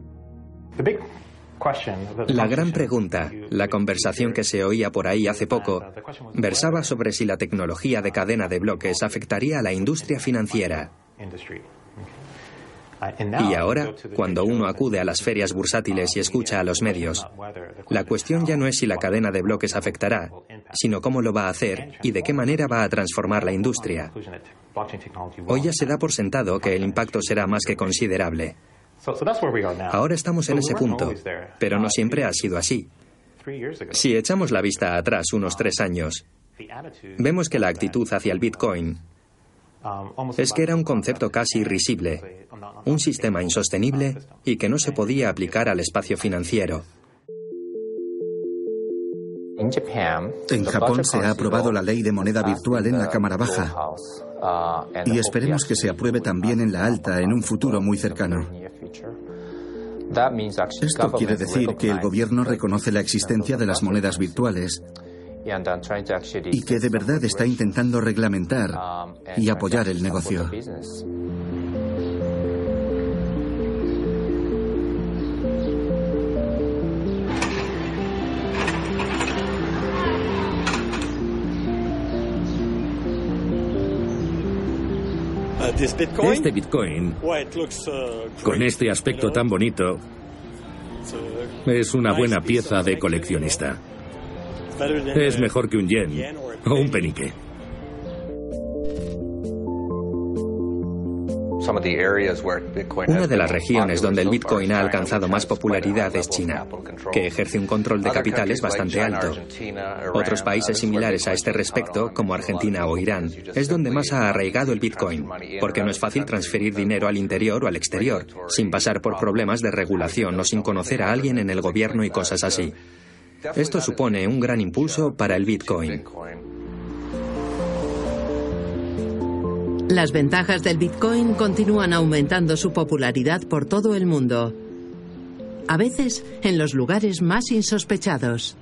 La gran pregunta, la conversación que se oía por ahí hace poco, versaba sobre si la tecnología de cadena de bloques afectaría a la industria financiera. Y ahora, cuando uno acude a las ferias bursátiles y escucha a los medios, la cuestión ya no es si la cadena de bloques afectará, sino cómo lo va a hacer y de qué manera va a transformar la industria. Hoy ya se da por sentado que el impacto será más que considerable. Ahora estamos en ese punto, pero no siempre ha sido así. Si echamos la vista atrás unos 3 años, vemos que la actitud hacia el Bitcoin es que era un concepto casi irrisible, un sistema insostenible y que no se podía aplicar al espacio financiero. En Japón se ha aprobado la ley de moneda virtual en la Cámara Baja y esperemos que se apruebe también en la alta en un futuro muy cercano. Esto quiere decir que el gobierno reconoce la existencia de las monedas virtuales y que de verdad está intentando reglamentar y apoyar el negocio. Este Bitcoin, con este aspecto tan bonito, es una buena pieza de coleccionista. Es mejor que un yen o un penique. Una de las regiones donde el Bitcoin ha alcanzado más popularidad es China, que ejerce un control de capitales bastante alto. Otros países similares a este respecto, como Argentina o Irán, es donde más ha arraigado el Bitcoin, porque no es fácil transferir dinero al interior o al exterior, sin pasar por problemas de regulación o sin conocer a alguien en el gobierno y cosas así. Esto supone un gran impulso para el Bitcoin. Las ventajas del Bitcoin continúan aumentando su popularidad por todo el mundo, a veces en los lugares más insospechados.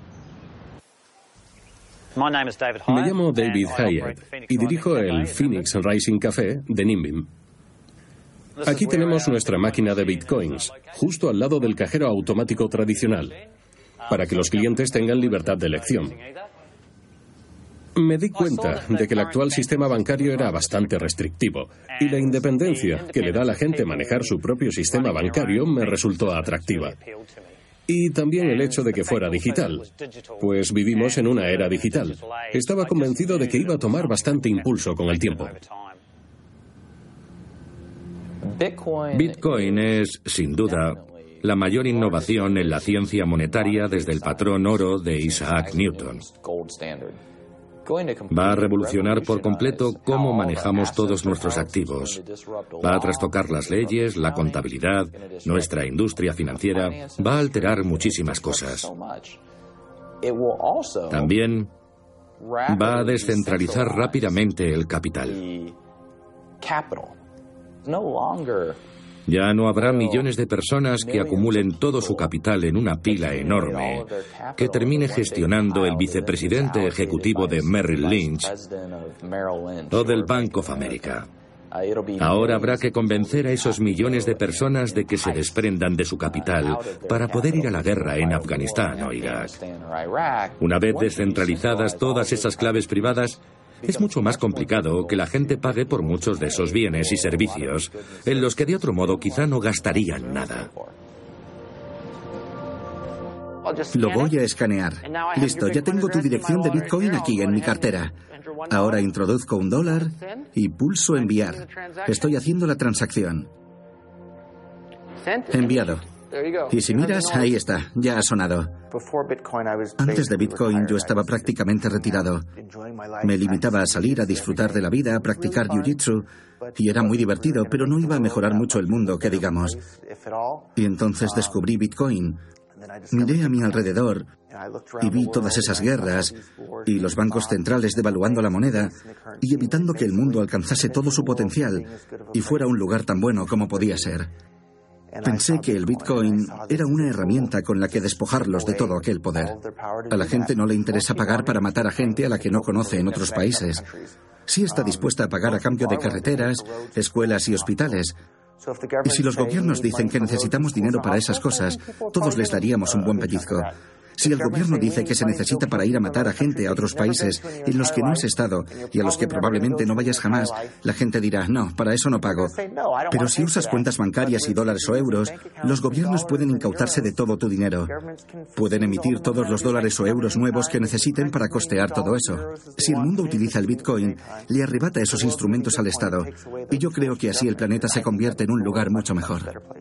Me llamo David Hyatt y dirijo el Phoenix Rising Café de Nimbin. Aquí tenemos nuestra máquina de Bitcoins, justo al lado del cajero automático tradicional, para que los clientes tengan libertad de elección. Me di cuenta de que el actual sistema bancario era bastante restrictivo y la independencia que le da a la gente manejar su propio sistema bancario me resultó atractiva. Y también el hecho de que fuera digital, pues vivimos en una era digital. Estaba convencido de que iba a tomar bastante impulso con el tiempo. Bitcoin es, sin duda, la mayor innovación en la ciencia monetaria desde el patrón oro de Isaac Newton. Va a revolucionar por completo cómo manejamos todos nuestros activos. Va a trastocar las leyes, la contabilidad, nuestra industria financiera. Va a alterar muchísimas cosas. También va a descentralizar rápidamente el capital. Ya no habrá millones de personas que acumulen todo su capital en una pila enorme que termine gestionando el vicepresidente ejecutivo de Merrill Lynch o del Bank of America. Ahora habrá que convencer a esos millones de personas de que se desprendan de su capital para poder ir a la guerra en Afganistán o Irak. Una vez descentralizadas todas esas claves privadas, es mucho más complicado que la gente pague por muchos de esos bienes y servicios en los que de otro modo quizá no gastarían nada. Lo voy a escanear. Listo, ya tengo tu dirección de Bitcoin aquí en mi cartera. Ahora introduzco $1 y pulso enviar. Estoy haciendo la transacción. Enviado. Y si miras, ahí está, ya ha sonado. Antes de Bitcoin yo estaba prácticamente retirado. Me limitaba a salir a disfrutar de la vida, a practicar jiu-jitsu, y era muy divertido, pero no iba a mejorar mucho el mundo, que digamos. Y entonces descubrí Bitcoin. Miré a mi alrededor y vi todas esas guerras y los bancos centrales devaluando la moneda y evitando que el mundo alcanzase todo su potencial y fuera un lugar tan bueno como podía ser. Pensé que el Bitcoin era una herramienta con la que despojarlos de todo aquel poder. A la gente no le interesa pagar para matar a gente a la que no conoce en otros países. Sí está dispuesta a pagar a cambio de carreteras, escuelas y hospitales. Y si los gobiernos dicen que necesitamos dinero para esas cosas, todos les daríamos un buen pellizco. Si el gobierno dice que se necesita para ir a matar a gente a otros países en los que no has estado y a los que probablemente no vayas jamás, la gente dirá, no, para eso no pago. Pero si usas cuentas bancarias y dólares o euros, los gobiernos pueden incautarse de todo tu dinero. Pueden emitir todos los dólares o euros nuevos que necesiten para costear todo eso. Si el mundo utiliza el Bitcoin, le arrebata esos instrumentos al Estado. Y yo creo que así el planeta se convierte en un lugar mucho mejor.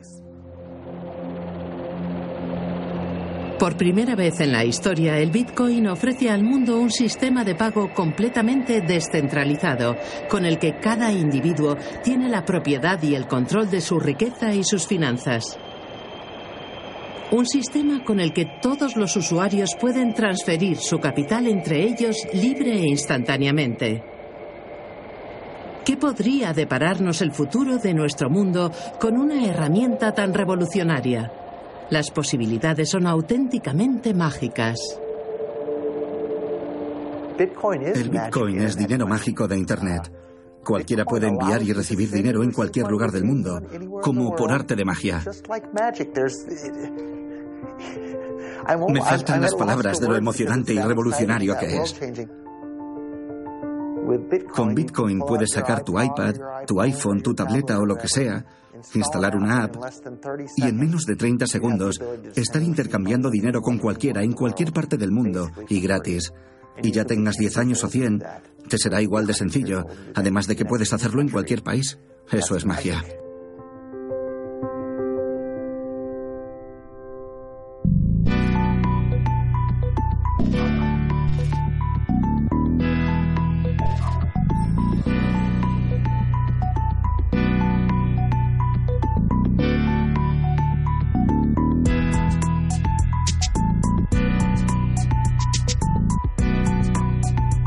Por primera vez en la historia, el Bitcoin ofrece al mundo un sistema de pago completamente descentralizado, con el que cada individuo tiene la propiedad y el control de su riqueza y sus finanzas. Un sistema con el que todos los usuarios pueden transferir su capital entre ellos libre e instantáneamente. ¿Qué podría depararnos el futuro de nuestro mundo con una herramienta tan revolucionaria? Las posibilidades son auténticamente mágicas. El Bitcoin es dinero mágico de Internet. Cualquiera puede enviar y recibir dinero en cualquier lugar del mundo, como por arte de magia. Me faltan las palabras de lo emocionante y revolucionario que es. Con Bitcoin puedes sacar tu iPad, tu iPhone, tu tableta o lo que sea, instalar una app y en menos de 30 segundos estar intercambiando dinero con cualquiera en cualquier parte del mundo y gratis. Y ya tengas 10 años o 100, te será igual de sencillo, además de que puedes hacerlo en cualquier país. Eso es magia.